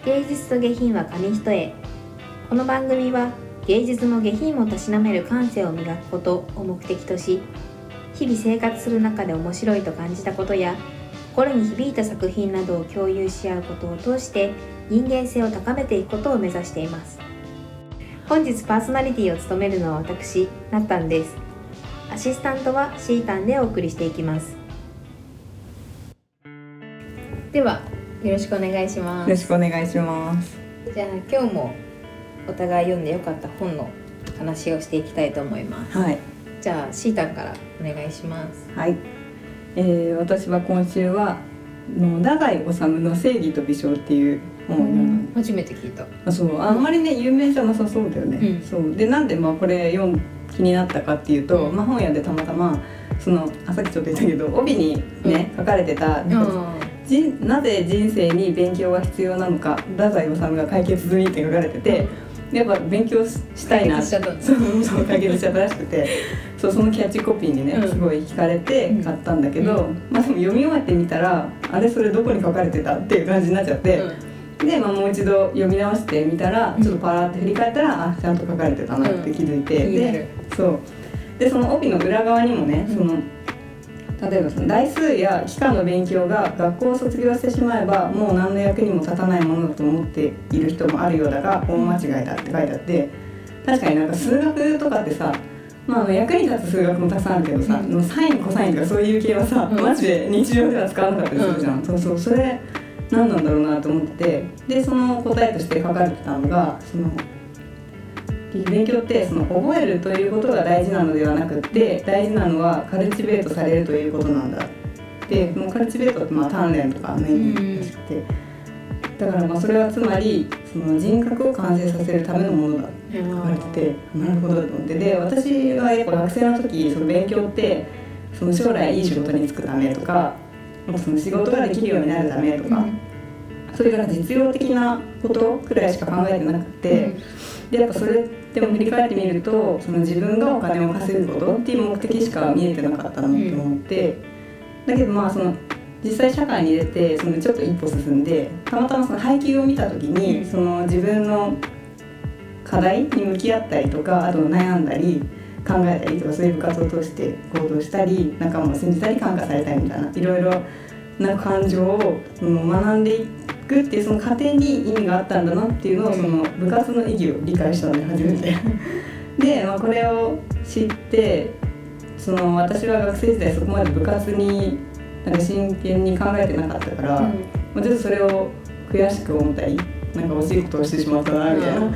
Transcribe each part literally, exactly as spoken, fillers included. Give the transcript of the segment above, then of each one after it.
芸術と下品は紙一重。この番組は芸術も下品もたしなめる感性を磨くことを目的とし、日々生活する中で面白いと感じたことや心に響いた作品などを共有し合うことを通して人間性を高めていくことを目指しています。本日パーソナリティを務めるのは私、なったんです。アシスタントはシータンでお送りしていきます。ではよろしくお願いします。 よろしくお願いします。 じゃあ今日もお互い読んでよかった本の話をしていきたいと思います。 はい。 じゃあシータンからお願いします。 はい。えー、私は今週はの太宰治の正義と美少っていう本を読んだ。 初めて聞いた。 あ、そう。あんまりね有名じゃなさそうだよね。うん、そうでなんでまあこれ読ん気になったかっていうと、うん、まあ本屋でたまたまそのあさっきちょっと言ったけど帯にね、うん、書かれてた。なぜ人生に勉強が必要なのか太宰治が解決済みって書かれてて、うん、やっぱ勉強したいなってそうそう解決しちゃったらしくてそうそのキャッチコピーにね、うん、すごい惹かれて買ったんだけど、うん、まあでも読み終わってみたらあれそれどこに書かれてたっていう感じになっちゃって、うん、で、まあ、もう一度読み直してみたらちょっとパラって振り返ったらあちゃんと書かれてたなって気づいて、うん、で, そうでその帯の裏側にもねその、うん例えばその代数や幾何の勉強が学校を卒業してしまえばもう何の役にも立たないものだと思っている人もあるようだが大間違いだって書いてあって、確かになんか数学とかってさ、まあ、役に立つ数学もたくさんあるけどさ、うん、サインコサインとかそういう系はさ、うん、マジで日常では使わなかったりするじゃん、うん、そうそうそれ何なんだろうなと思ってて、でその答えとして書かれてたのがその勉強ってその覚えるということが大事なのではなくって大事なのはカルチベートされるということなんだで、このカルチベートってまあ鍛錬とかの意味らしくて、だからまあそれはつまりその人格を完成させるためのものだって書かれてて、なるほどと思って、で私はやっぱ学生の時その勉強ってその将来いい仕事に就くためとかその仕事ができるようになるためとか、それから実用的なことくらいしか考えてなくて、でやっぱそれでも振り返ってみるとその自分がお金を稼ぐことっていう目的しか見えてなかったなと思って、だけどまあその実際社会に出てそのちょっと一歩進んでたまたまその配給を見た時にその自分の課題に向き合ったりとか、あと悩んだり考えたりとかそういう部活を通して行動したり仲間を信じたり感化されたりみたいないろいろな感情を学んでいくっていうその過程に意味があったんだなっていうのをその部活の意義を理解したので初めてで、まあ、これを知ってその私は学生時代そこまで部活になんか真剣に考えてなかったから、うん、まあ、ちょっとそれを悔しく思ったりなんか惜しいことをしてしまったなみたいな、うん、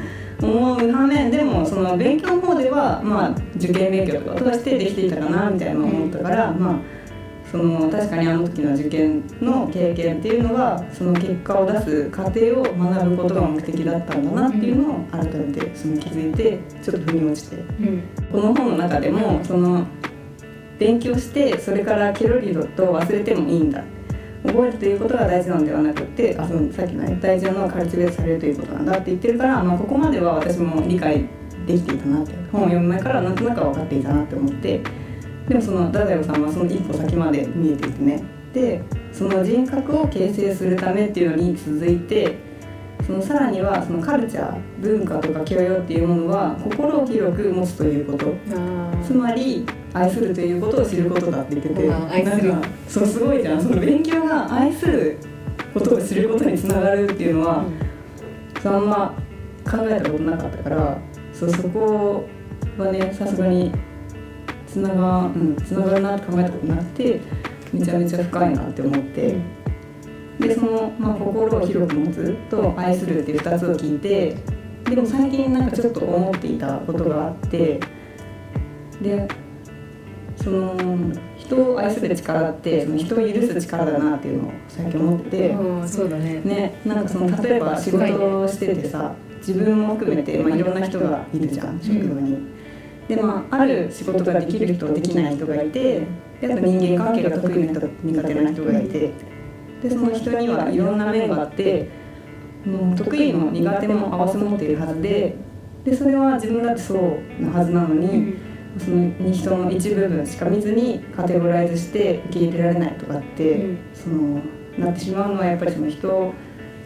思う反面でもその勉強の方では、まあ、受験勉強とかを通してできていたかなみたいなのを思ったから、まあその確かにあの時の受験の経験っていうのはその結果を出す過程を学ぶことが目的だったんだなっていうのを改めてその気づいてちょっと腑に落ちて、うん、この本の中でもその勉強してそれからケロリと忘れてもいいんだ、覚えるということが大事なのではなくて、あそのさっきの、ね、大事なのはカルチベートされるということなんだって言ってるから、まあ、ここまでは私も理解できていたなって、本を読む前からなんとなく分かっていたなって思って、でもその太宰治はその一歩先まで見えていてね、でその人格を形成するためっていうのに続いてそのさらにはそのカルチャー文化とか教養っていうものは心を広く持つということ、つまり愛するということを知ることだって言ってて、なんかそうすごいじゃん、その勉強が愛することを知ることにつながるっていうのは、うん、あんま考えたことなかったから、そうそこはねさすがにつなが、うん、つながるなって考えたことなくてめちゃめちゃ深いなって思って、でその、まあ、心を広く持つと愛するっていうふたつを聞いて、でも最近なんかちょっと思っていたことがあって、でその人を愛する力ってその人を許す力だなっていうのを最近思ってて、 うん、そうだね。 ね、なんかその例えば仕事をしててさ、自分も含めて、まあ、いろんな人がいるじゃん職場に、うん、でまあ、ある仕事ができる人できない人がいて、であと人間関係が得意な人苦手な人がいて、でその人にはいろんな面があって、もう得意も苦手も併せ持っているはずで、でそれは自分だってそうなはずなのに、うん、その人の一部分しか見ずにカテゴライズして受け入れられないとかって、うん、そのなってしまうのはやっぱりその人を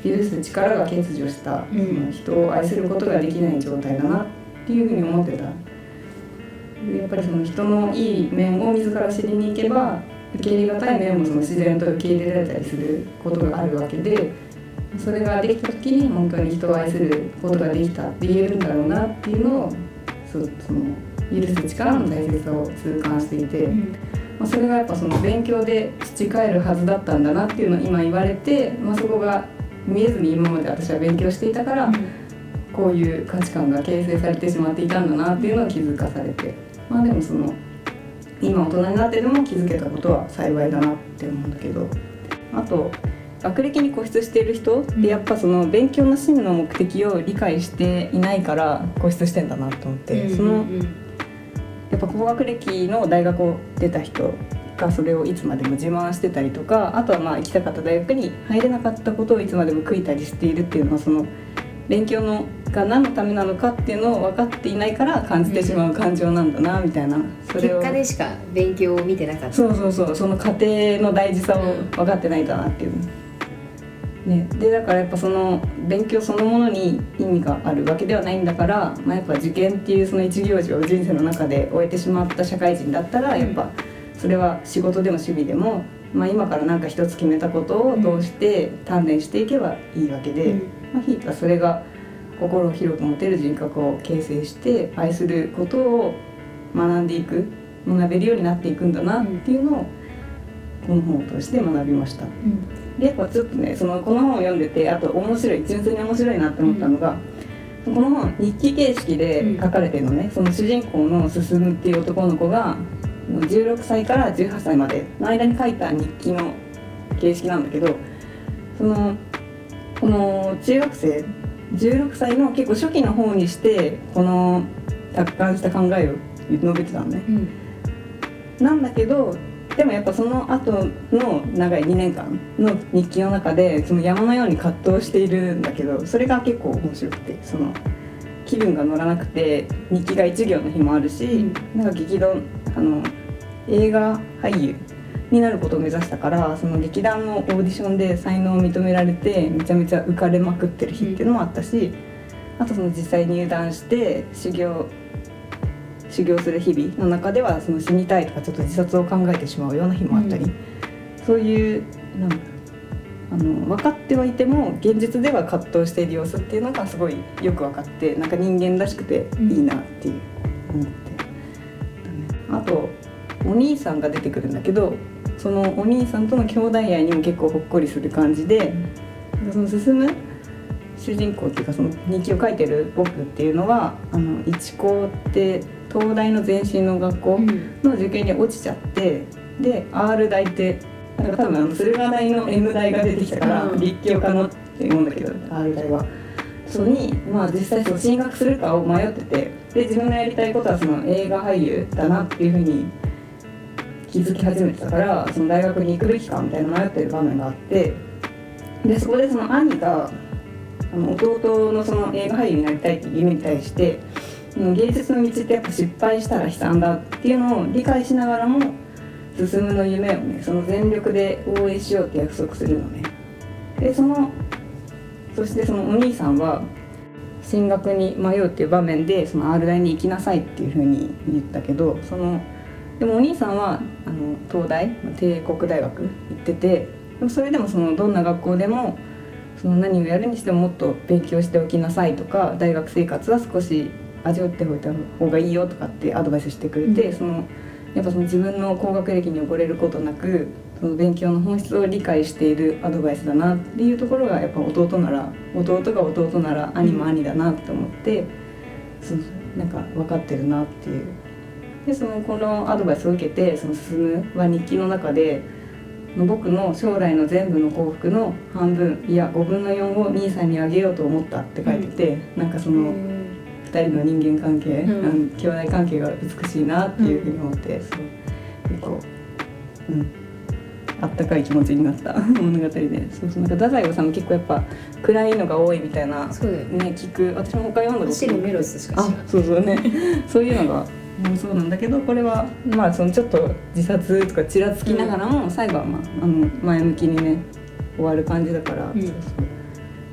許す力が欠如した、うん、人を愛することができない状態だなっていうふうに思ってた。やっぱりその人のいい面を自ら知りに行けば受け入れがたい面もその自然と受け入れられたりすることがあるわけで、それができた時に本当に人を愛することができたって言えるんだろうなっていうのをその許す力の大切さを痛感していて、うん、まあ、それがやっぱその勉強で培えるはずだったんだなっていうのを今言われて、まあ、そこが見えずに今まで私は勉強していたから、うん、こういう価値観が形成されてしまっていたんだなっていうのを気づかされて、まあでもその今大人になってでも気づけたことは幸いだなって思うんだけど、あと学歴に固執している人ってやっぱその勉強の真の目的を理解していないから固執してんだなと思って、うんうんうん、そのやっぱ高学歴の大学を出た人がそれをいつまでも自慢してたりとか、あとはまあ行きたかった大学に入れなかったことをいつまでも悔いたりしているっていうのは、その勉強のが何のためなのかっていうのを分かっていないから感じてしまう感情なんだなみたいな、 それを結果でしか勉強を見てなかった、 そうそうそう、その過程の大事さを分かってないんだなっていう、ね、でだからやっぱその勉強そのものに意味があるわけではないんだから、まあ、やっぱ受験っていうその一行事を人生の中で終えてしまった社会人だったら、やっぱそれは仕事でも趣味でも、まあ、今から何か一つ決めたことを通して鍛錬していけばいいわけで、うん、まあ、ひいてはそれが心を広く持てる人格を形成して愛することを学んでいく、学べるようになっていくんだなっていうのをこの本を通して学びました、うん、でやっぱちょっとね、そのこの本を読んでて、あと面白い、純粋に面白いなって思ったのが、うん、この本日記形式で書かれてるのね、うん、その主人公の進っていう男の子がじゅうろくさいからじゅうはっさいまでの間に書いた日記の形式なんだけど、そのこの中学生じゅうろくさいの結構初期の方にしてこの達観した考えを述べてたのね、うん、なんだけどでもやっぱその後の長いにねんかんの日記の中でその山のように葛藤しているんだけど、それが結構面白くて、その気分が乗らなくて日記が一行の日もあるし、うん、なんか劇団あの映画俳優になることを目指したから、その劇団のオーディションで才能を認められてめちゃめちゃ浮かれまくってる日っていうのもあったし、うん、あとその実際入団して修行修行する日々の中ではその死にたいとかちょっと自殺を考えてしまうような日もあったり、うん、そういうなんかあの分かってはいても現実では葛藤している様子っていうのがすごいよく分かって、なんか人間らしくていいなっていう思って、うん、あとお兄さんが出てくるんだけど、そのお兄さんとの兄弟愛にも結構ほっこりする感じで、うん、その進む主人公っていうかその日記を書いてる僕っていうのはあの一高って東大の前身の学校の受験に落ちちゃって、うん、で R 大ってなんか多分あの駿河大の M 大が出てきたから、うん、立教かなって思うんだけど R 大はそれに、まあ、実際その進学するかを迷ってて、で自分のやりたいことはその映画俳優だなっていうふうに気づき始めてたから、その大学に行くべきかみたいな迷ってる場面があって、でそこでその兄があの弟のその映画俳優になりたいっていう夢に対して、芸術の道ってやっぱ失敗したら悲惨だっていうのを理解しながらも進むの夢をね、その全力で応援しようって約束するのね。でそのそしてそのお兄さんは進学に迷うっていう場面でその R 大に行きなさいっていう風に言ったけど、そのでもお兄さんはあの東大帝国大学行ってて、でもそれでもそのどんな学校でもその何をやるにしてももっと勉強しておきなさいとか、大学生活は少し味わっておいた方がいいよとかってアドバイスしてくれて、うん、そのやっぱその自分の高学歴に溺れることなくその勉強の本質を理解しているアドバイスだなっていうところがやっぱ弟なら弟が弟なら兄も兄だなって思って、うん、そうなんか分かってるなっていう。でそのこのアドバイスを受けてその進は日記の中で僕の将来の全部の幸福の半分いやごぶんのよんを兄さんにあげようと思ったって書いてて、うん、なんかそのふたりの人間関係、うん、兄弟関係が美しいなっていうふうに思って、うん、そう結構、うん、あったかい気持ちになった物語で、そうそうなんか太宰治も結構やっぱ暗いのが多いみたいな、 そうだよね、 聞く。私も他読んだこと走るメロスしか知らない。 あ、そうそうねそういうのがもうそうなんだけど、これはまあそのちょっと自殺とかちらつきながらも、うん、最後は、まあ、あの前向きにね終わる感じだから、うん、そうそう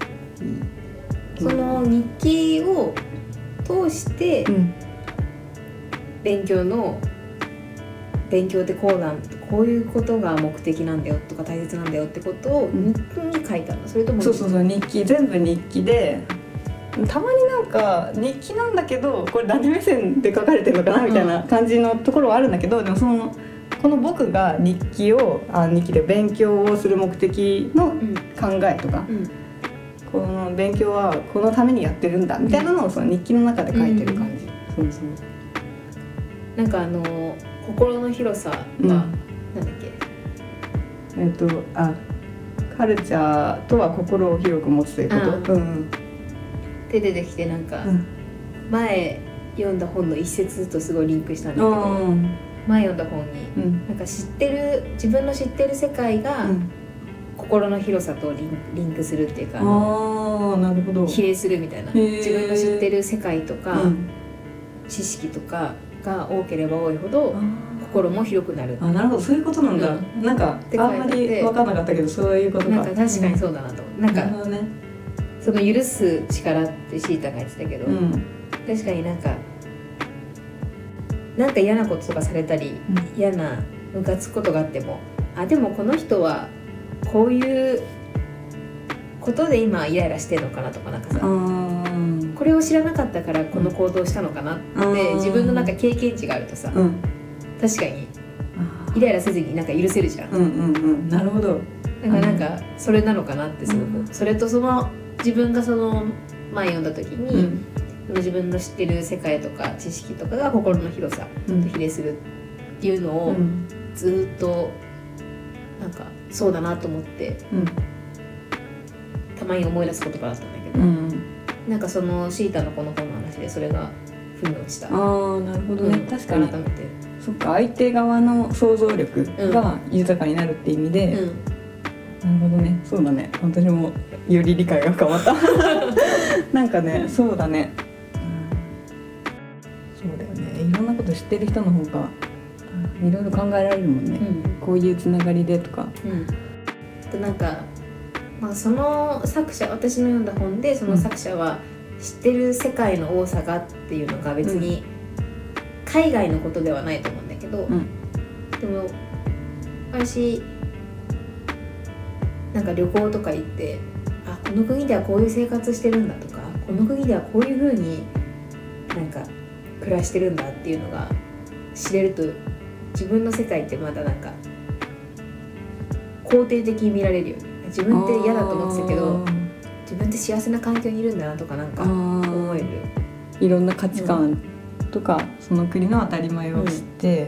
その日記を通して勉強の勉強ってこうなんこういうことが目的なんだよとか大切なんだよってことを日記に書いたの、それともそうそうそう日記全部日記で、たまになんか日記なんだけどこれ何目線で書かれてるのかなみたいな感じのところはあるんだけど、うん、でもそのこの僕が日記をあ日記で勉強をする目的の考えとか、うんうん、この勉強はこのためにやってるんだみたいなのをその日記の中で書いてる感じ、うん、そうそうなんかあの心の広さは、うん、なんだっけえっとあカルチャーとは心を広く持つということ、うん、 で出てきてなんか、うん、前読んだ本の一節とすごいリンクしたんだけど、うん、前読んだ本に、うん、なんか知ってる自分の知ってる世界が、うん、心の広さとリン、リンクするっていうか、 ああなるほど比例するみたいな、自分の知ってる世界とか、うん、知識とかが多ければ多いほど心も広くなる。 あ、なるほどそういうことなんだ、うん、なんかあんまり分かんなかったけどそういうことか。 なんか確かにそうだなと思う、うん、なんかなるほど、ね、その許す力ってシータが言ってたけど、うん、確かになんかなんか嫌なこととかされたり、うん、嫌なムカつくことがあっても、あでもこの人はこういうことで今イライラしてるのかなとか、なんかさこれを知らなかったからこの行動したのかなって自分のなんか経験値があるとさ、うん、確かにイライラせずになんか許せるじゃん、 うんうんうん、なるほど。 だからなんかそれなのかなってすごく、うん、それとその自分がその前読んだ時に、うん、その自分の知ってる世界とか知識とかが心の広さと比例するっていうのをずっとなんかそうだなと思って、うん、たまに思い出す言葉だったんだけど、うん、なんかそのシータのこの本の話でそれが腑に落ちた。 ああなるほどね、うん、確かに改めてそっか相手側の想像力が豊かになるって意味で、うん、なるほどね。そうだね、私もより理解が深まったなんかねそうだね、うん、そうだよね。いろんなこと知ってる人の方がいろいろ考えられるもんね、うん、こういうつながりでとか、うん、 あとなんか、まあ、その作者私の読んだ本でその作者は知ってる世界の多さがっていうのが別に海外のことではないと思うんだけど、うん、でも私なんか旅行とか行ってあこの国ではこういう生活してるんだとかこの国ではこういう風になんか暮らしてるんだっていうのが知れると自分の世界ってまだなんか肯定的に見られるよね。自分って嫌だと思ってたけど自分って幸せな環境にいるんだなとかなんか思える。 いろんな価値観とか、うん、その国の当たり前を知って、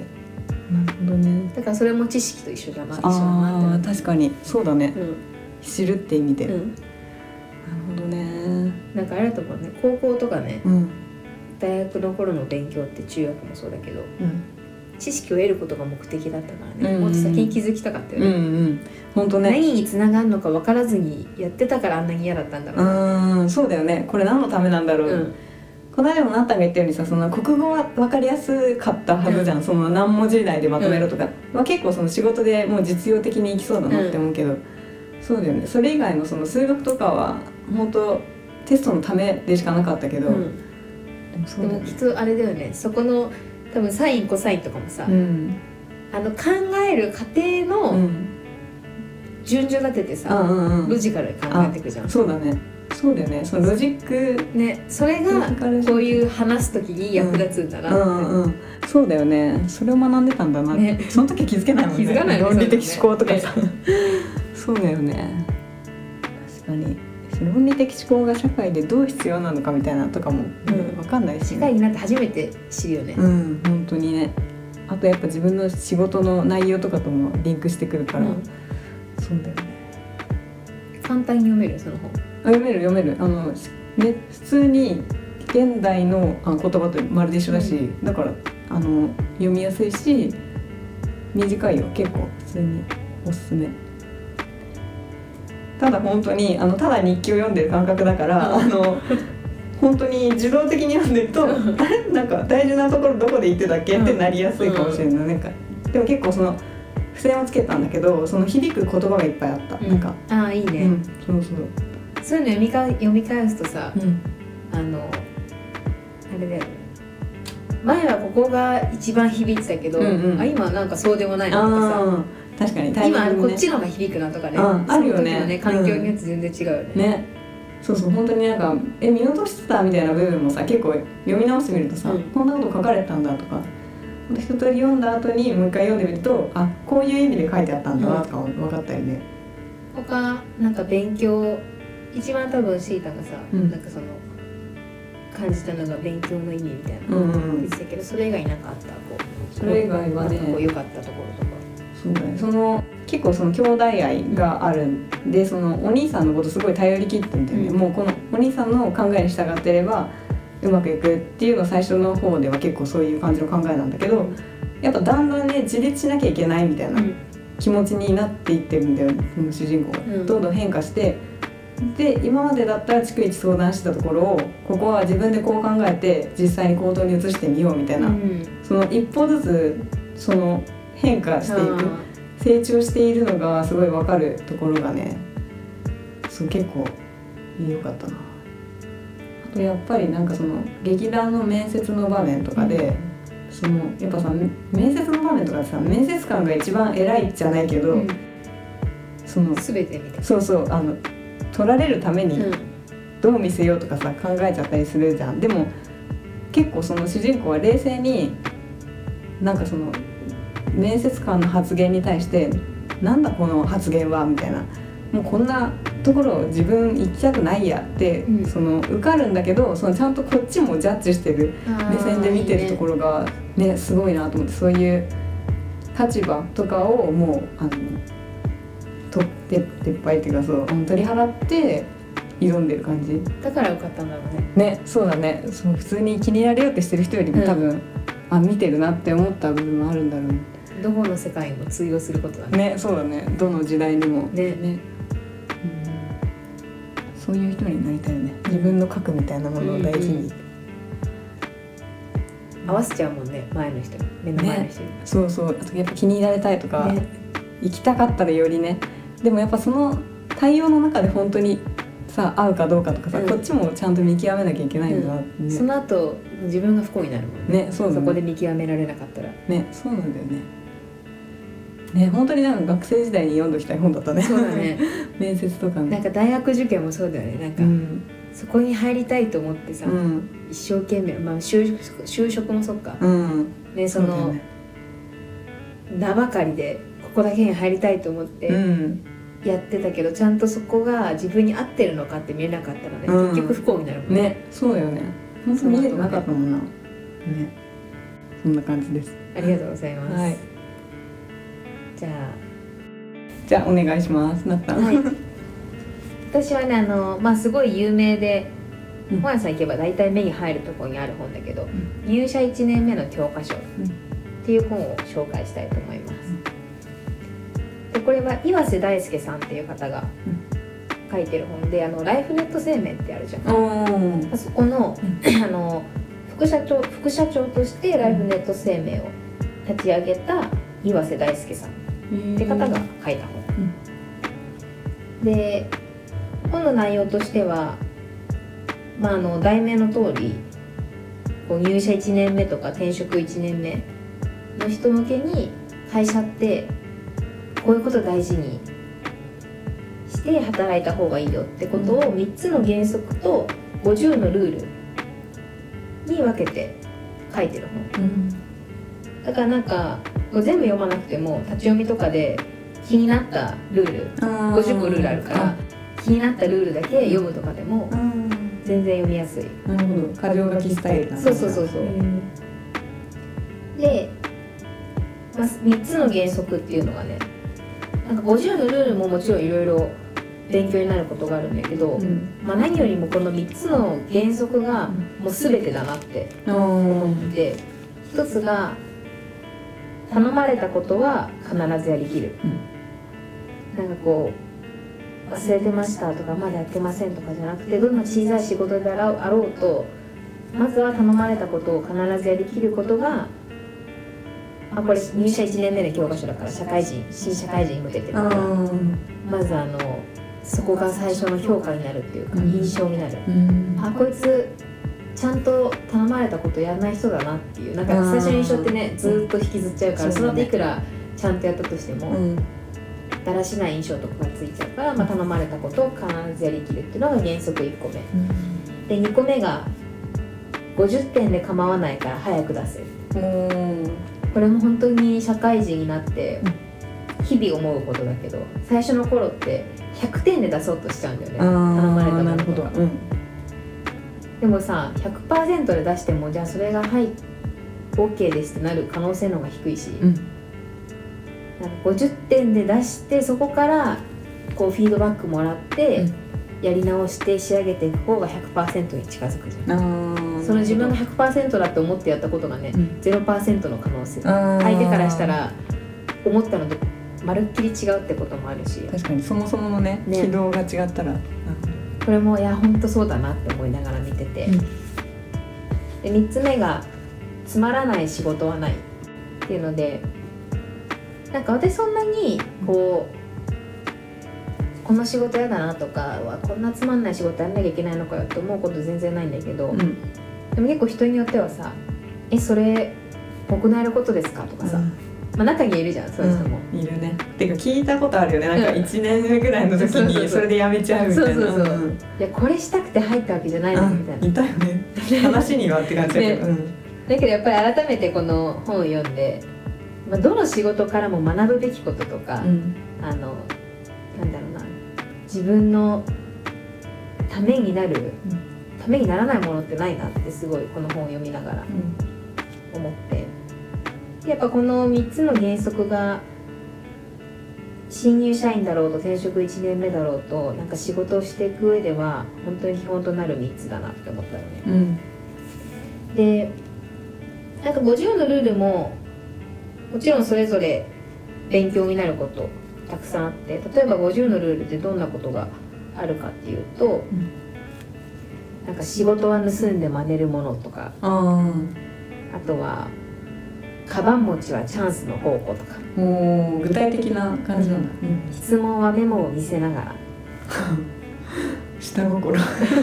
うん、なるほどね。 だからそれも知識と一緒だな一緒だなって確かにそうだね、うん、知るって意味で、うん、なるほどね。 なんかあれだと思うね、高校とかね、うん、大学の頃の勉強って中学もそうだけど、うん知識を得ることが目的だったからね、うんうん、もっと先に気づきたかったよね、うんうん、本当ね。何につながるのか分からずにやってたからあんなに嫌だったんだろうな。 うんそうだよね。これ何のためなんだろう、うん、この間もなったんが言ったようにさその国語は分かりやすかったはずじゃん、うん、その何文字以内でまとめろとか、うんまあ、結構その仕事でもう実用的にいきそうだなって思うけど、うん、そうだよね。それ以外のその数学とかは本当テストのためでしかなかったけど、うん、 でもそうだよね。でもきっとあれだよね、そこの多分サインコサインとかもさ、うん、あの考える過程の順序立ててさ、うんうんうん、ロジカルに考えていくじゃん。 そうだねそうだよね。そのロジックね、それがこういう話す時に役立つんだなって、うんうんうん、 そうだよね。それを学んでたんだなって、ね、その時気づけないもんね。 気づかないね論理的思考とかさ、ね、そうだよね。確かに論理的思考が社会でどう必要なのかみたいなとかも分かんないし、ね、 社会になって初めて知るよね。 うん本当にね。あとやっぱ自分の仕事の内容とかともリンクしてくるから、うん、そうだよね。 簡単に読めるその本。 あ読める読めるあの、ね、普通に現代のあ言葉とまるで一緒だし、うん、だからあの読みやすいし短いよ結構普通におすすめ。ただ本当にあのただ日記を読んでる感覚だから、うん、あの本当に自動的に読んでるとなんか大事なところどこで言ってたっけってなりやすいかもしれない、うん、なんかでも結構その付箋をつけたんだけどその響く言葉がいっぱいあった、うん、なんかああいいね、 うん、そうそうそういうの読みか読み返すとさ、 うん、 あのあれだよね、前はここが一番響いてたけど、うんうん、あ今なんかそうでもないなとかさ、確かにタイミング、ね、今こっちの方が響くなとかね、 あ, あるよね、 その時のね環境によって全然違うよね、 うん、ね、そうそう、本当になんかえ見落としてたみたいな部分もさ結構読み直してみるとさ、うん、こんなこと書かれてたんだとか、一通り読んだ後にもう一回読んでみると、あこういう意味で書いてあったんだなとか分かったりね、 うん、他なんか勉強一番多分シータがさ、うん、なんかその感じたのが勉強の意味みたいな言ってたけど、それ以外なんかあったこうそれ以外はねこう良かったところとか、 そうだね、その結構その兄弟愛があるんで、そのお兄さんのことすごい頼り切ってみたいな、うん、もうこのお兄さんの考えに従ってればうまくいくっていうのを最初の方では結構そういう感じの考えなんだけど、うん、やっぱだんだんね自立しなきゃいけないみたいな気持ちになっていってるんだよ、この主人公が、うん、どんどん変化して、で今までだったら逐一相談してたところをここは自分でこう考えて実際に行動に移してみようみたいな、うん、その一歩ずつその変化していく、成長しているのがすごい分かるところがね、そう結構良かったな。あとやっぱりなんかその劇団の面接の場面とかで、うん、そのやっぱさ面接の場面とかさ面接官が一番偉いじゃないけど、うん、その全てみたいな、 そうそう、あの取られるためにどう見せようとかさ考えちゃったりするじゃん。でも結構その主人公は冷静になんかその面接官の発言に対してなんだこの発言はみたいな、もうこんなところ自分行きたくないやって、うん、その受かるんだけどそのちゃんとこっちもジャッジしてる目線で見てるところが ね, ねすごいなと思って、そういう立場とかをもうあの取って撤廃っていうかそう取り払って挑んでる感じだから受かったんだろうね。 ね、そうだね。そう普通に気に入られようってしてる人よりも多分、うん、あ見てるなって思った部分もあるんだろうね。 どこの世界にも通用することだね。 ね、そうだね。どの時代にもね、ね、うん、 そういう人になりたいよね。自分の核みたいなものを大事に、うんうん、合わせちゃうもんね、前の人に、目の前の人に、ね、 そうそう。あとやっぱ気に入られたいとか、ね、行きたかったらよりね。でもやっぱその対応の中で本当にさ合うかどうかとかさ、うん、こっちもちゃんと見極めなきゃいけないんだなって、ね、 うん、その後自分が不幸になるもんね。 ね、そうだね。 そこで見極められなかったらね、そうなんだよね。ね、本当になんか学生時代に読んどきたい本だったね。 そうだね。 面接とかね。 なんか大学受験もそうだよね。なんか、うん、そこに入りたいと思ってさ、うん、一生懸命、まあ、就, 就職もそっか、うん、ね、そのね、名ばかりでここだけに入りたいと思ってやってたけど、うん、ちゃんとそこが自分に合ってるのかって見えなかったらね、うん、結局不幸になるもんね。 ね、そうだよね。本当に見えてなかったもんな。ね、そんな感じです。 ありがとうございます。はい、じゃあじゃあお願いします。なった、はい、 私はね、あの、まあ、すごい有名で、うん、本屋さん行けば大体目に入るところにある本だけど、うん、入社いちねんめの教科書っていう本を紹介したいと思います。うん、でこれは岩瀬大輔さんっていう方が書いてる本で、あのライフネット生命ってあるじゃん。あそこの、うん、あの副社長副社長としてライフネット生命を立ち上げた岩瀬大輔さんって方が書いた本、うん、で本の内容としては、まあ、あの題名の通りこう入社いちねんめとか転職いちねんめの人向けに会社ってこういうことを大事にして働いた方がいいよってことをみっつの原則とごじゅうのルールに分けて書いてる本、うん、だからなんか全部読まなくても立ち読みとかで気になったルールごじゅっこルールあるから気になったルールだけ読むとかでも全然読みやすい。 なるほど、箇条書きスタイルなんだ。 そうそうそうそう。で、まあ、みっつの原則っていうのがね、なんかごじゅうのルールももちろんいろいろ勉強になることがあるんだけど、うん、まあ、何よりもこのみっつの原則がもう全てだなって思って、ひとつが頼まれたことは必ずやりきる、うん、なんかこう忘れてましたとかまだやってませんとかじゃなくて、どんな小さい仕事であろうとまずは頼まれたことを必ずやりきることが、あ、これ入社いちねんめの教科書だから社会人新社会人に向けてるから、まずあのそこが最初の評価になるっていうか、 うん、 印象になる、 うん、 あこいつちゃんと頼まれたことやらない人だなっていう、なんか最初の印象ってねずっと引きずっちゃうから、うん、その後いくらちゃんとやったとしても、うん、だらしない印象とかがついちゃうから、まあ、頼まれたことを必ずやりきるっていうのが原則いっこめ、うん、でにこめがごじゅってんで構わないから早く出せる、うん、これも本当に社会人になって日々思うことだけど、最初の頃ってひゃくてんで出そうとしちゃうんだよね、頼まれたものとか、うん、でもさ ひゃくパーセント で出してもじゃあそれがはい OK ですってなる可能性の方が低いし、うん、なんかごじゅってんで出してそこからこうフィードバックもらって、うん、やり直して仕上げていく方が ひゃくパーセント に近づくじゃん。その自分が ひゃくパーセント だって思ってやったことがね、うん、ゼロパーセント の可能性、相手からしたら思ったのとまるっきり違うってこともあるし、 確かにそもそもの ね, ね軌道が違ったら、 これもいや本当そうだなって思いながら見てて、うん、でみっつめがつまらない仕事はないっていうので、なんか私そんなにこうこの仕事やだなとかこんなつまんない仕事やんなきゃいけないのかよって思うこと全然ないんだけど、うん、でも結構人によってはさえそれ僕のやることですかとかさ、うん、まあ、中にいるじゃんそういう人も、 うん、いるね。てか聞いたことあるよね、なんかいちねんめぐらいの時にそれでやめちゃうみたいな、 そうそうそう、うん、いやこれしたくて入ったわけじゃないのみたいな、 いたよね話にはって感じだけど、ね、うん、 だけどやっぱり改めてこの本を読んで、まあ、どの仕事からも学ぶべきこととか、うん、あのなんだろうな、自分のためになる、うん、ためにならないものってないなってすごいこの本を読みながら思って、うん、やっぱこのみっつの原則が新入社員だろうと転職いちねんめだろうとなんか仕事をしていく上では本当に基本となるみっつだなって思ったのね、うん、でなんかごじゅうのルールももちろんそれぞれ勉強になることたくさんあって、例えばごじゅうのルールでどんなことがあるかっていうと、うん、なんか仕事は盗んで真似るものとか、 あ, あとはカバン持ちはチャンスの宝庫とか、 お具体的な感じなんだ、 うん、質問はメモを見せながら下心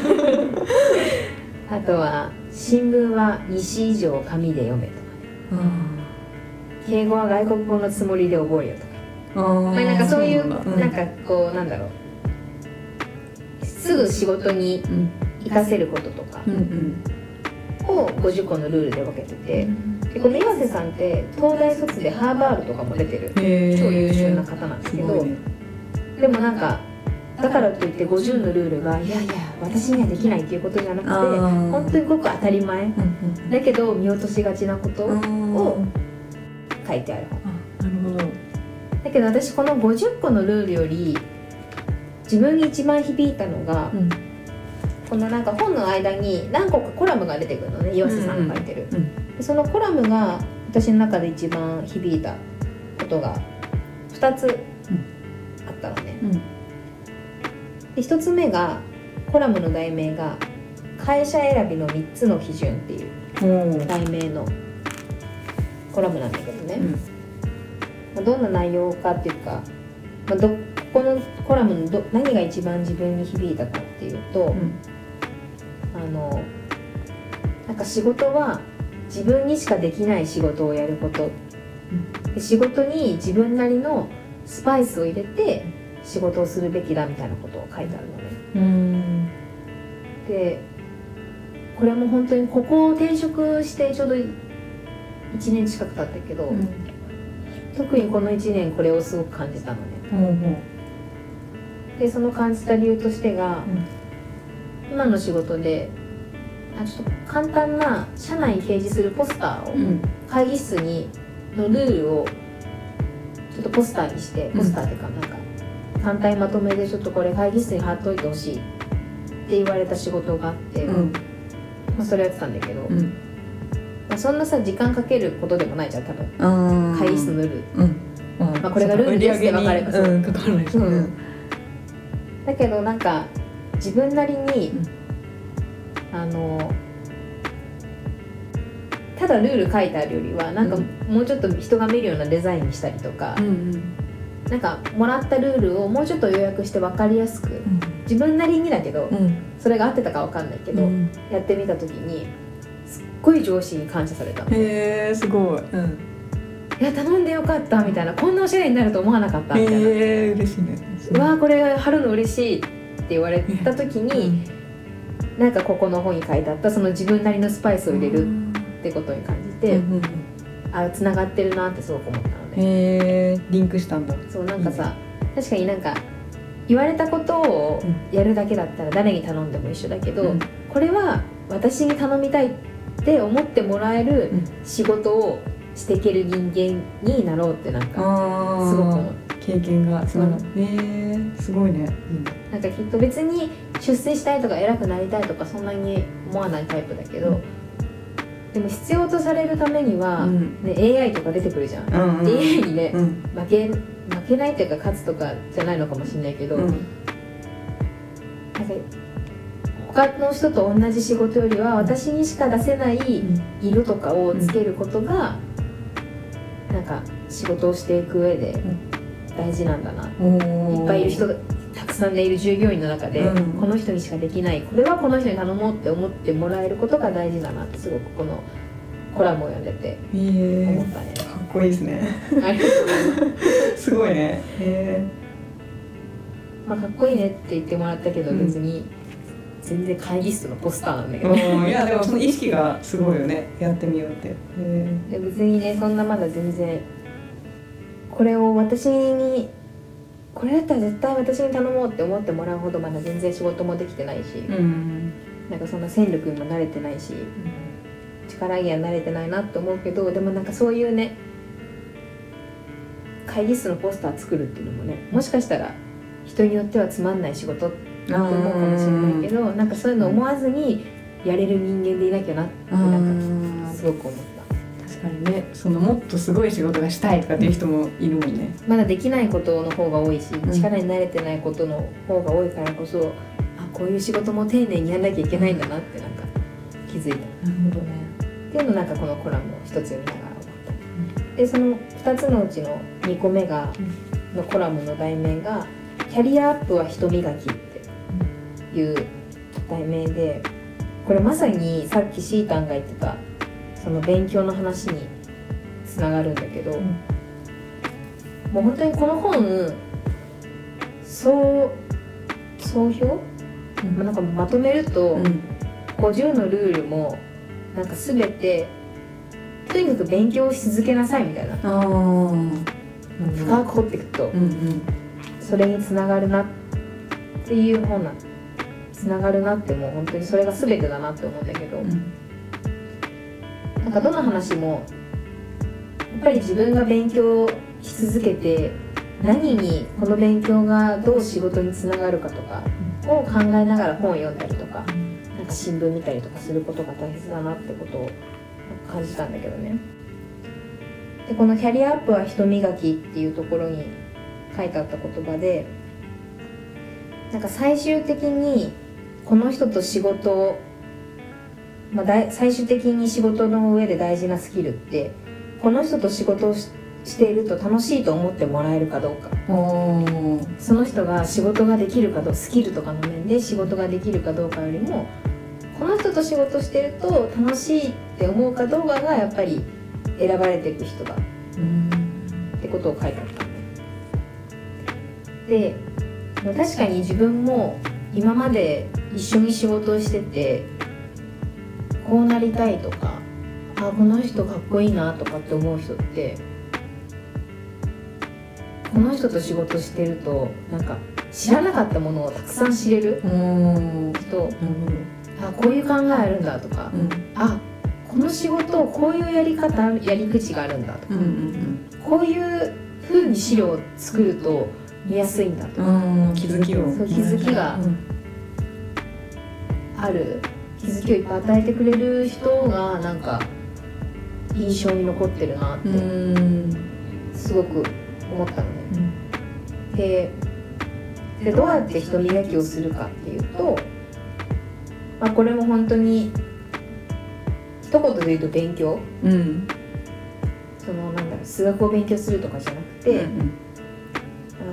あとは新聞はにし以上紙で読めとかね、敬語は外国語のつもりで覚えよとか、あ、まあ、なんかそういう、うん、なんかこうなんだろう、すぐ仕事に活かせることとかをごじゅっこのルールで分けてて、でこの岩瀬さんって東大卒でハーバードとかも出てる超優秀な方なんですけど、ね、でもなんかだからといってごじゅうのルールがいやいや私にはできないっていうことじゃなくて、本当にごく当たり前、うんうん、だけど見落としがちなことを書いてある本。なるほど。だけど私このごじゅっこのルールより自分に一番響いたのが、うん、このなんか本の間に何個かコラムが出てくるのね、岩瀬さんが書いてる、うんうん、でそのコラムが私の中で一番響いたことがふたつあったのね、うん、でひとつめがコラムの題名が会社選びのみっつの基準っていう題名のコラムなんだけどね、うん、まあ、どんな内容かっていうか、まあ、どこのコラムのど何が一番自分に響いたかっていうと、うん、あのなんか仕事は自分にしかできない仕事をやること、うん、で仕事に自分なりのスパイスを入れて仕事をするべきだみたいなことを書いてあるのね。うん、でこれも本当にここを転職してちょうどいちねん近く経ったけど、うん、特にこのいちねんこれをすごく感じたのね、うんうん、でその感じた理由としてが、うん、今の仕事であちょっと簡単な社内に掲示するポスターを、うん、会議室にのルールをちょっとポスターにして、ポスターっていうかなんか単体まとめでちょっとこれ会議室に貼っといてほしいって言われた仕事があって、うん、まあ、それやってたんだけど、うん、まあ、そんなさ時間かけることでもないじゃん多分、会議室のルール、うん、まあ、これがルールですって分かればそう、うん、かからないし、うん、だけどなんか自分なりに、うん、あのただルール書いてあるよりはなんかもうちょっと人が見るようなデザインにしたりとか、うんうん、 なんかもらったルールをもうちょっと要約して分かりやすく、うん、自分なりにだけど、うん、それが合ってたか分かんないけど、うん、やってみた時にすっごい上司に感謝された。 へーすごい、うん、 いや頼んでよかったみたいな、こんなおしゃれになると思わなかったみたいな、 へー嬉しいね。 うわーこれ貼るの嬉しいって言われた時に、うん、なんかここの本に書いてあったその自分なりのスパイスを入れるってことに感じて、うんうん、あつながってるなってすごく思ったのね。 へーリンクしたんだ。 そうなんかさ、いいね、確かになんか言われたことをやるだけだったら誰に頼んでも一緒だけど、うん、これは私に頼みたいって思ってもらえる仕事をしていける人間になろうってなんかすごく思った。 経験がつながって、うん、すごいね、 うん、なんかきっと別に出世したいとか偉くなりたいとかそんなに思わないタイプだけど、うん、でも必要とされるためには、うんね、エーアイ とか出てくるじゃん、うんうん、エーアイ にね、うん、負け、負けないっていうか勝つとかじゃないのかもしれないけど、うん、なんか他の人と同じ仕事よりは私にしか出せない色とかをつけることが、うん、なんか仕事をしていく上で大事なんだな、うん、いっぱいいる人がたくさんいる従業員の中で、うん、この人にしかできないこれはこの人に頼もうって思ってもらえることが大事だなってすごくこのコラムを読んでて思ったね。 かっこいいですね。 ありがとうございます。 すごいね。へー、まあ、かっこいいねって言ってもらったけど、うん、別に全然会議室のポスターなんだけど、うん、 いやでもその意識がすごいよね。やってみようって。へー、で別にねそんなまだ全然これを私にこれだったら絶対私に頼もうって思ってもらうほどまだ全然仕事もできてないし、うん、なんかそんな戦力にも慣れてないし、うん、力には慣れてないなって思うけど、でもなんかそういうね会議室のポスター作るっていうのもね、もしかしたら人によってはつまんない仕事って思うかもしれないけど、なんかそういうの思わずにやれる人間でいなきゃなってなんかすごく思った。 確かにね、そのもっとすごい仕事がしたいとかっていう人もいるもんね。 まだできないことの方が多いし、力に慣れてないことの方が多いからこそ、うん、あこういう仕事も丁寧にやんなきゃいけないんだなってなんか気づいた。 なるほどね。 っていうのなんかこのコラムを一つ読みながら思った、うん、でそのふたつのうちのにこめが、うん、のコラムの題名がキャリアアップは人磨きっていう題名で、これまさにさっきシータンが言ってたその勉強の話につながるんだけど、うん、もう本当にこの本総総評、うん、まあ、なんかまとめると、うん、ごじゅうのルールもなんか全てとにかく勉強し続けなさいみたいな、あ、うん、深く掘っていくと、うんうん、それにつながるなっていう本なつながるなって、もう本当にそれが全てだなって思うんだけど、うん、なんかどの話もやっぱり自分が勉強し続けて何にこの勉強がどう仕事につながるかとかを考えながら本を読んだりとか、なんか新聞見たりとかすることが大切だなってことを感じたんだけどね。でこのキャリアアップは人磨きっていうところに書いてあった言葉で、なんか最終的にこの人と仕事をまあ、最終的に仕事の上で大事なスキルってこの人と仕事を し, していると楽しいと思ってもらえるかどうか、その人が仕事ができるかどうか、スキルとかの面で仕事ができるかどうかよりもこの人と仕事してると楽しいって思うかどうかがやっぱり選ばれていく人だってことを書いてあったで、確かに自分も今まで一緒に仕事をしててこうなりたいとか、あこの人かっこいいなとかって思う人って、この人と仕事してるとなんか知らなかったものをたくさん知れる人、うん、あこういう考えあるんだとか、うん、あこの仕事こういうやり方やり口があるんだとか、うんうんうん、こういう風に資料を作ると見やすいんだとか、うん、 気づきをそう気づきがある、気づきをいっぱい与えてくれる人がなんか印象に残ってるなってすごく思ったのね、うん、で, でどうやって人磨きをするかっていうと、まあ、これも本当に一言で言うと勉強、うん、そのなんだろう数学を勉強するとかじゃなくて、うんうん、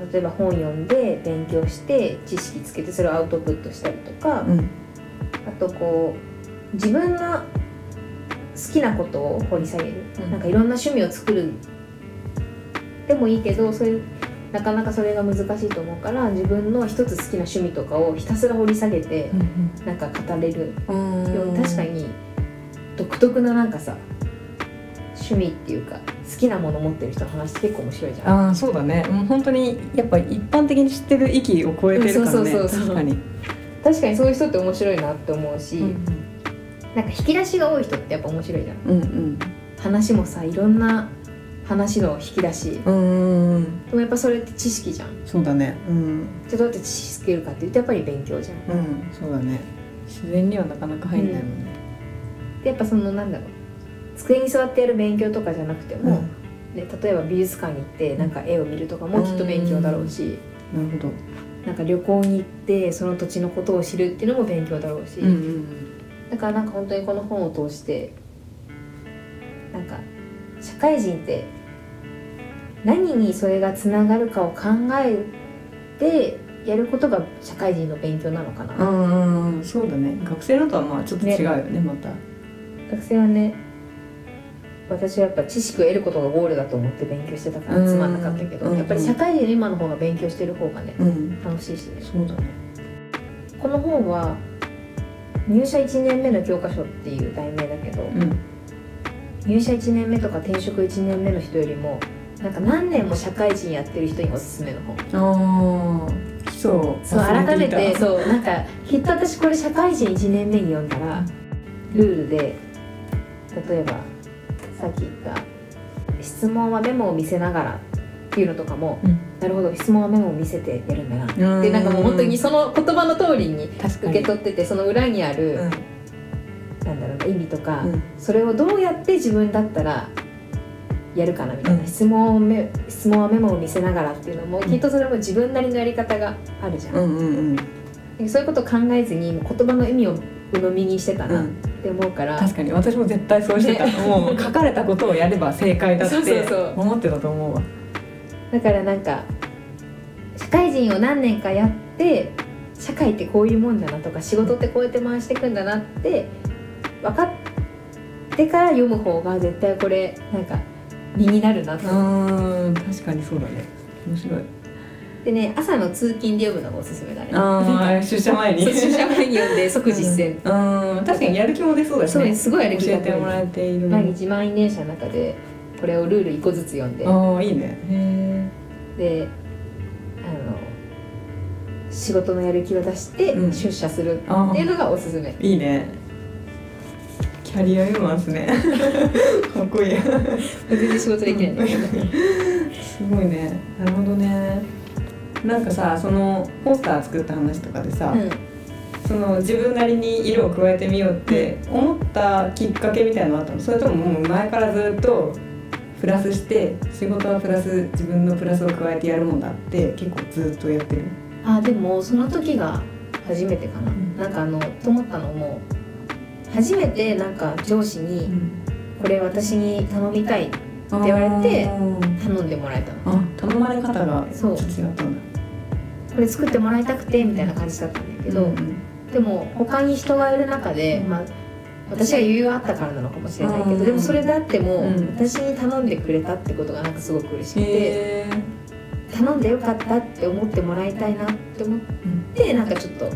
例えば本読んで勉強して知識つけてそれをアウトプットしたりとか、 うん、 あとこう自分の好きなことを掘り下げる、うん、なんかいろんな趣味を作るでもいいけど、それなかなかそれが難しいと思うから、自分の一つ好きな趣味とかをひたすら掘り下げて、うんうん、なんか語れるように、確かに独特ななんかさ趣味っていうか好きなもの持ってる人の話って結構面白いじゃん。 ああそうだね、もう本当にやっぱ一般的に知ってる域を超えてるからね。確かに確かにそういう人って面白いなって思うし、うんうん、なんか引き出しが多い人ってやっぱ面白いじゃん、うんうん、話もさいろんな話の引き出し、うんうん、でもやっぱそれって知識じゃん。 そうだね、うん、 じゃあどうやって知識つけるかって言うとやっぱり勉強じゃん、 うん、そうだね。自然にはなかなか入んないもんね、 うん、でやっぱそのなんだろう、机に座ってやる勉強とかじゃなくても、うんね、例えば美術館に行ってなんか絵を見るとかもきっと勉強だろうし、 うん、なるほど。 なんか旅行に行ってその土地のことを知るっていうのも勉強だろうし、うんうん、だからなんか本当にこの本を通してなんか社会人って何にそれがつながるかを考えてやることが社会人の勉強なのかな。 うん、そうだね。学生のとはまあちょっと違うよね、ねまた。 学生はね、私はやっぱ知識を得ることがゴールだと思って勉強してたからつまんなかったけど、やっぱり社会人の今の方が勉強してる方がね、うん、楽しいしね。 そうだね。 この本は入社いちねんめの教科書っていう題名だけど、うん、入社いちねんめとか転職いちねんめの人よりもなんか何年も社会人やってる人におすすめの本。 ああ、基礎をそう改めてそうなんかきっと私これ社会人いちねんめに読んだらルールで例えばさっき言った質問はメモを見せながらっていうのとかも、うん、なるほど質問はメモを見せてやるんだなで、なんかもう本当にその言葉の通りに受け取ってて、その裏にある、うん、なんだろうな意味とか、うん、それをどうやって自分だったらやるかなみたいな、うん、質問をメ質問はメモを見せながらっていうのも、うん、きっとそれも自分なりのやり方があるじゃん、うんうんうん、そういうことを考えずに言葉の意味を鵜呑みにしてたなって思うから、うん、 確かに私も絶対そうしてた、ね、もう書かれたことをやれば正解だって思ってたと思うわ。 だからなんか社会人を何年かやって社会ってこういうもんだなとか仕事ってこうやって回していくんだなって分かってから読む方が絶対これなんか身になるなと。 うん、確かにそうだね。面白い。 でね、朝の通勤で読むのがおすすめだね。 あ出社前に出社前に読んで即実践、 うん、うん確かにやる気も出そうだしね。 そうですすごいやる気が教えてもらえている。 毎日満員電車の中でこれをルールいっこずつ読んで、 ああいいね。へであの仕事のやる気を出して出社するっていうのがおすすめ、 うん、いいね。キャリアウーマンですねかっこいい全然仕事できないんだけどすごいね。なるほどね。なんかさそのポスター作った話とかでさ、うん、その自分なりに色を加えてみようって思ったきっかけみたいなのあったの？それとももう前からずっとプラスして仕事はプラス自分のプラスを加えてやるもんだって結構ずっとやってる？ あでもその時が初めてかな、うん、なんかあのと思ったのも初めてなんか上司に、うん、これ私に頼みたいって言われて頼んでもらえたの。 あ頼まれ方がちょっと違ったんだ。 これ作ってもらいたくてみたいな感じだったんだけど、うんうん、でも他に人がいる中で、まあ、私は余裕があったからなのかもしれないけど、でもそれであっても、うん、私に頼んでくれたってことがなんかすごく嬉しくて、頼んでよかったって思ってもらいたいなって思って、うん、なんかちょっと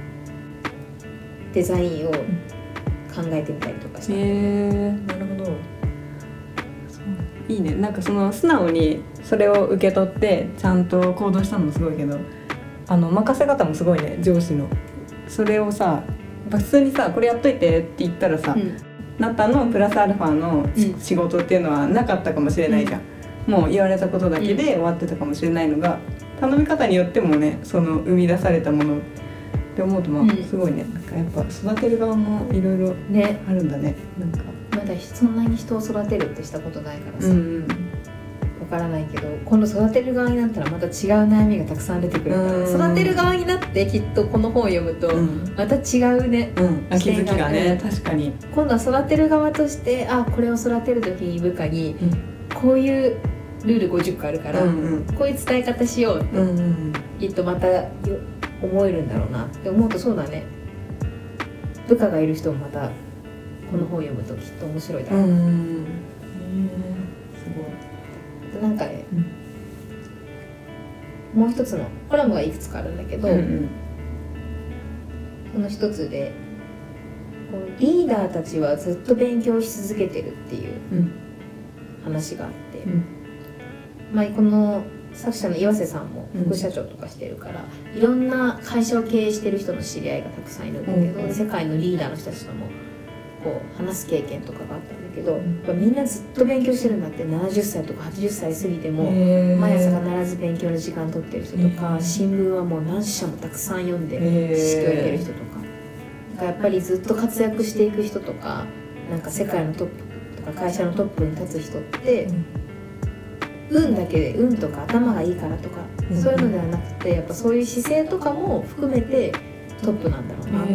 デザインを考えてみたりとかした。 へー、なるほど。そういいね。なんかその素直にそれを受け取ってちゃんと行動したのもすごいけど、あの任せ方もすごいね、上司の。それをさ普通にさこれやっといてって言ったらさ、うん、なったのプラスアルファの、うん、仕事っていうのはなかったかもしれないじゃん、うん、もう言われたことだけで終わってたかもしれないのが、頼み方によってもねその生み出されたものって思うとまあすごいね、なんかやっぱ育てる側もいろいろあるんだね。なんかまだそんなに人を育てるってしたことないからさ、うんうんわからないけど、今度育てる側になったらまた違う悩みがたくさん出てくるから、育てる側になってきっとこの本を読むとまた違うね、 うん、気づきがね、確かに今度は育てる側として、あこれを育てる時に部下にこういうルールごじゅっこあるから、うんうん、こういう伝え方しようって言うとまたよ思えるんだろうなって思うと、そうだね、部下がいる人もまたこの本を読むときっと面白いだろうな、うんうん、すごい。なんかね、うん、もう一つのコラムがいくつかあるんだけど、うんうん、その一つでリーダーたちはずっと勉強し続けてるっていう話があって、うん、まあ、この作者の岩瀬さんも副社長とかしてるから、うん、いろんな会社を経営してる人の知り合いがたくさんいるんだけど、うん、世界のリーダーの人たちともこう話す経験とかがあったんだけど、うん、みんなずっと勉強してるんだって。ななじゅっさいとかはちじゅっさい過ぎても毎朝必ず勉強の時間取ってる人とか、新聞はもう何社もたくさん読んで知識を得てる人とか、やっぱりずっと活躍していく人とか、なんか世界のトップとか会社のトップに立つ人って、うん、運だけで、運とか頭がいいからとか、うん、そういうのではなくて、やっぱそういう姿勢とかも含めてトップなんだろうなって、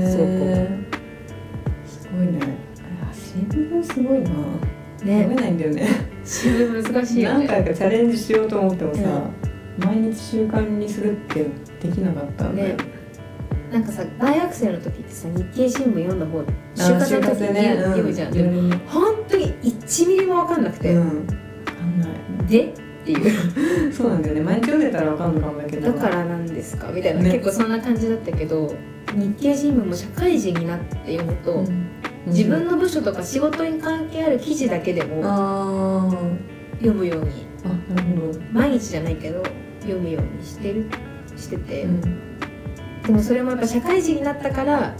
すごく思う。 すごいね。新聞すごいな。ね、読めないんだよね。 新聞難しいよね。 何回かチャレンジしようと思ってもさ、うん、毎日習慣にするってできなかったんだよね。 なんかさ、大学生の時ってさ、日経新聞読んだ方、就活の時に読むじゃん、ね、うん、でも本当にいちミリも分かんなくて、うん、分かんないでっていうそうなんだよね、毎日読んでたら分かんのかもだけど、 だからなんですかみたいな、ね、結構そんな感じだったけど、日経新聞も社会人になって読むと、うん、自分の部署とか仕事に関係ある記事だけでも読むように、 あ、なるほど、 毎日じゃないけど読むようにしてるしてて、うん、でもそれもやっぱ社会人になったから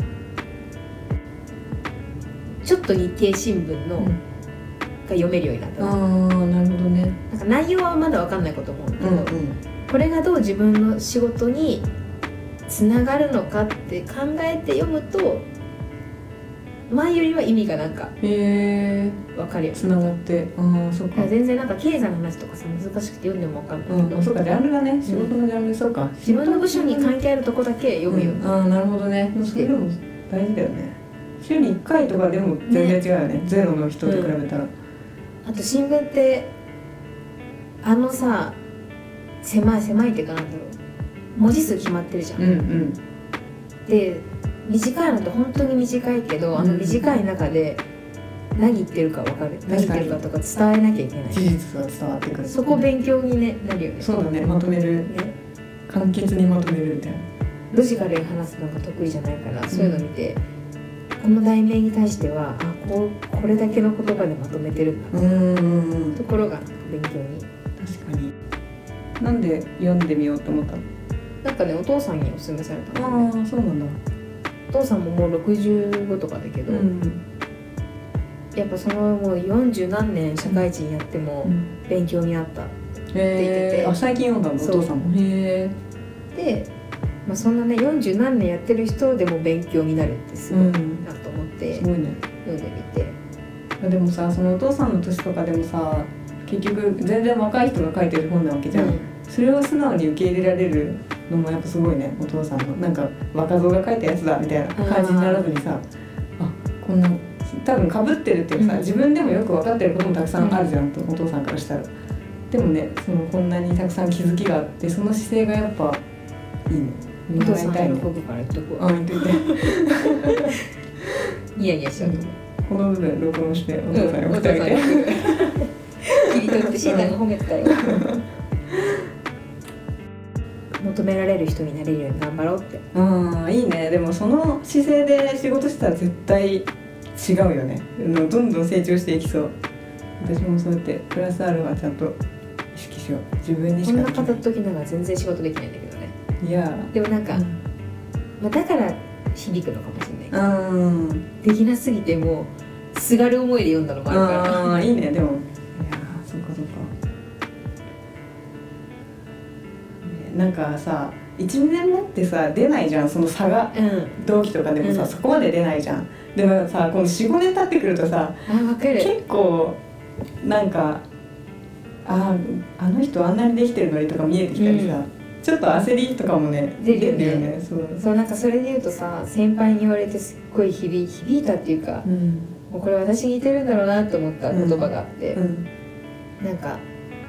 ちょっと日経新聞の、うん、が読めるようになった。 あー、なるほどね。 なんか内容はまだ分かんないこと思うんだけど、うんうん、これがどう自分の仕事につながるのかって考えて読むと前よりは意味がなんか分かるよね。 つながって、あー、そうか。 全然なんか経済の話とかさ難しくて読んでも分かんないけど、 うん、そうか、ジャンルがね、仕事のジャンル、うん、そうか、 自分の部署に関係あるとこだけ読むよ、うん、 ああ、なるほどね。それでも大事だよね。週にいっかいとかでも全然違うよね、ね、ゼロの人と比べたら、うん、 あと新聞ってあのさ、狭い狭いっていうかなんだろう、文字数決まってるじゃん、うんうん、で短いのって本当に短いけど、あの短い中で何言ってるか分かる、何言ってるかとか伝えなきゃいけない、 事実が伝わってくる、 そこ勉強に、ね、なるよね。 そうだね、まとめる、ね、簡潔にまとめるみたいな。 ロジカルに話すのが得意じゃないから、うん、そういうの見てこの題名に対してはあ こ, うこれだけの言葉でまとめてるんだなところが勉強に。 確かに。なんで読んでみようと思ったの？ なんかね、お父さんにお勧めされたのね。ああ、そうなんだ。 お父さんももうろくじゅうごとかだけど、うん、やっぱそのもうよんじゅう何年社会人やっても勉強になったって言ってて、 うん、あ、最近読んだのお父さんも。へー。で、まあ、そんなねよんじゅう何年やってる人でも勉強になるってすごいなと思って、 うん、すごいね、 読んでみて。 でもさ、そのお父さんの年とかでもさ、結局全然若い人が書いてる本なわけじゃん、うん、それを素直に受け入れられるのもやっぱすごいね、お父さんの。なんか若造が書いたやつだみたいな感じにならずにさ、あ、こんな多分かぶってるっていうかさ、自分でもよく分かってることもたくさんあるじゃんと、お父さんからしたら。でもね、そのこんなにたくさん気づきがあって、その姿勢がやっぱいいね。 お父さんの僕から言っとくわ。 あ、言っといて。 ニヤニヤしちゃうと思う。 この部分録音してお父さんに送ってあげて。 切り取ってシータに褒めてたよ。求められる人になれるように頑張ろうって。 ああ、いいね。でもその姿勢で仕事したら絶対違うよね。どんどん成長していきそう。私もそうやってプラスアルファちゃんと意識しよう。自分にしかできない。 こんな片時ながら全然仕事できないんだけどね。 いやでもなんか、うん、まあ、だから響くのかもしれない。うん、できなすぎてもうすがる思いで読んだのもあるから。 ああ、いいね。でもいやそうかそうか。なんかさ、いちねんめってさ出ないじゃん、その差が、うん、同期とかでもさ、うん、そこまで出ないじゃん。でもさ、この よん,ご 年経ってくるとさ、 あ、わかる。 結構なんか、ああの人あんなにできてるのにとか見えてきたりさ、うん、ちょっと焦りとかもね出るよね。よね。そう、そう、なんかそれで言うとさ、先輩に言われてすっごい響い、響いたっていうか、うん、もうこれ私に似てるんだろうなと思った言葉があって、うんうん、なんか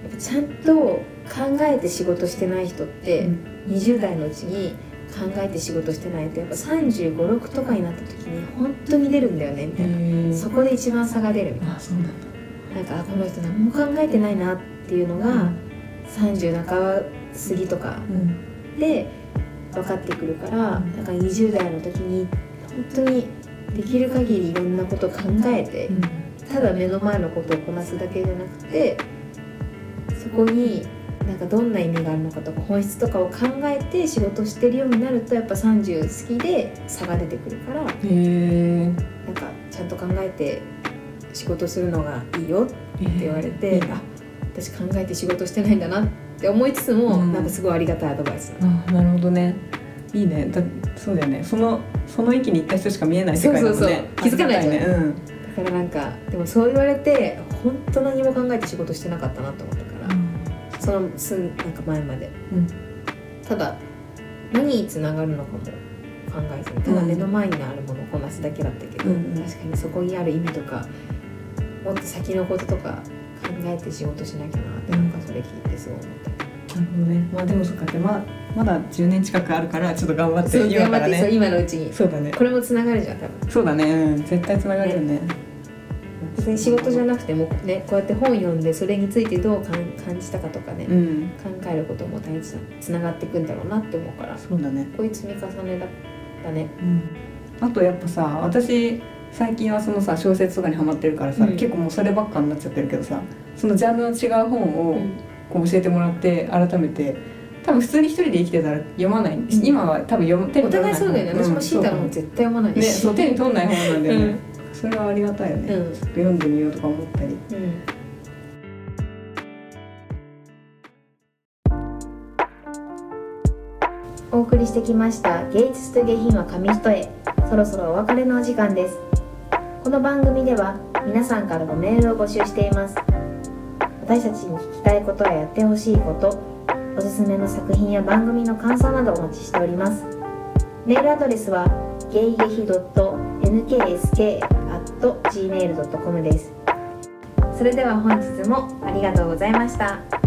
ちゃんと考えて仕事してない人って、うん、にじゅう代のうちに考えて仕事してないとやっぱさんじゅうご、ろくとかになった時に本当に出るんだよねみたいな、そこで一番差が出るみたいな。 あ、そうなんだ。 なんかこの人何も考えてないなっていうのが、うん、さんじゅう半ば過ぎとかで分かってくるから、うん、なんかにじゅう代の時に本当にできる限りいろんなことを考えて、うん、ただ目の前のことをこなすだけじゃなくて、そこになんかどんな意味があるのかとか本質とかを考えて仕事してるようになるとやっぱさんじゅう過ぎで差が出てくるから、へー、なんかちゃんと考えて仕事するのがいいよって言われて、えー、あ、私考えて仕事してないんだなって思いつつも、うん、なんかすごいありがたいアドバイスだ。 あ、なるほどね。いいね。だそうだよね。そのその域に行った人しか見えない世界だもんね。そうそうそう、 気づかないじゃん、ね、 うん、 だからなんかでもそう言われて本当何も考えて仕事してなかったなと思ったから、うん、そのすんなんか前まで、うん、ただ何につながるのかも考えずにただ目の前にあるものをこなすだけだったけど、うん、確かにそこにある意味とかもっと先のこととか考えて仕事しなきゃなって、なんかそれ聞いてすごい思った。 なるほどね。まあでもそっかって、ままだじゅうねん近くあるからちょっと頑張って今からね。 そう今のうちに。 そうだね。 これもつながるじゃん多分。 そうだね。うん、絶対つながるよね。ね、 別に仕事じゃなくてもね、こうやって本読んでそれについてどう感じたかとかね、うん、考えることも大事だ。つながっていくんだろうなって思うから。 そうだね。 こういう積み重ねだったね。 うん。あとやっぱさ、私最近はそのさ小説とかにハマってるからさ、うん、結構もうそればっかになっちゃってるけどさ、そのジャンルの違う本をこう教えてもらって改めて、多分普通に一人で生きてたら読まない、うん、今は多分読む手に取らない本。お互いそうだよね。私もシータの本絶対読まないし、ね、そう手に取んない本なんだよね、うん、それはありがたいよね、うん、ちょっと読んでみようとか思ったり、うん、 お送りしてきました芸術と下品は紙一重、そろそろお別れのお時間です。この番組では皆さんからのメールを募集しています。私たちに聞きたいことややってほしいこと、おすすめの作品や番組の感想などお待ちしております。メールアドレスはゲイゲヒ ドットエヌケーエスケー アット ジーメール ドットコム です。それでは本日もありがとうございました。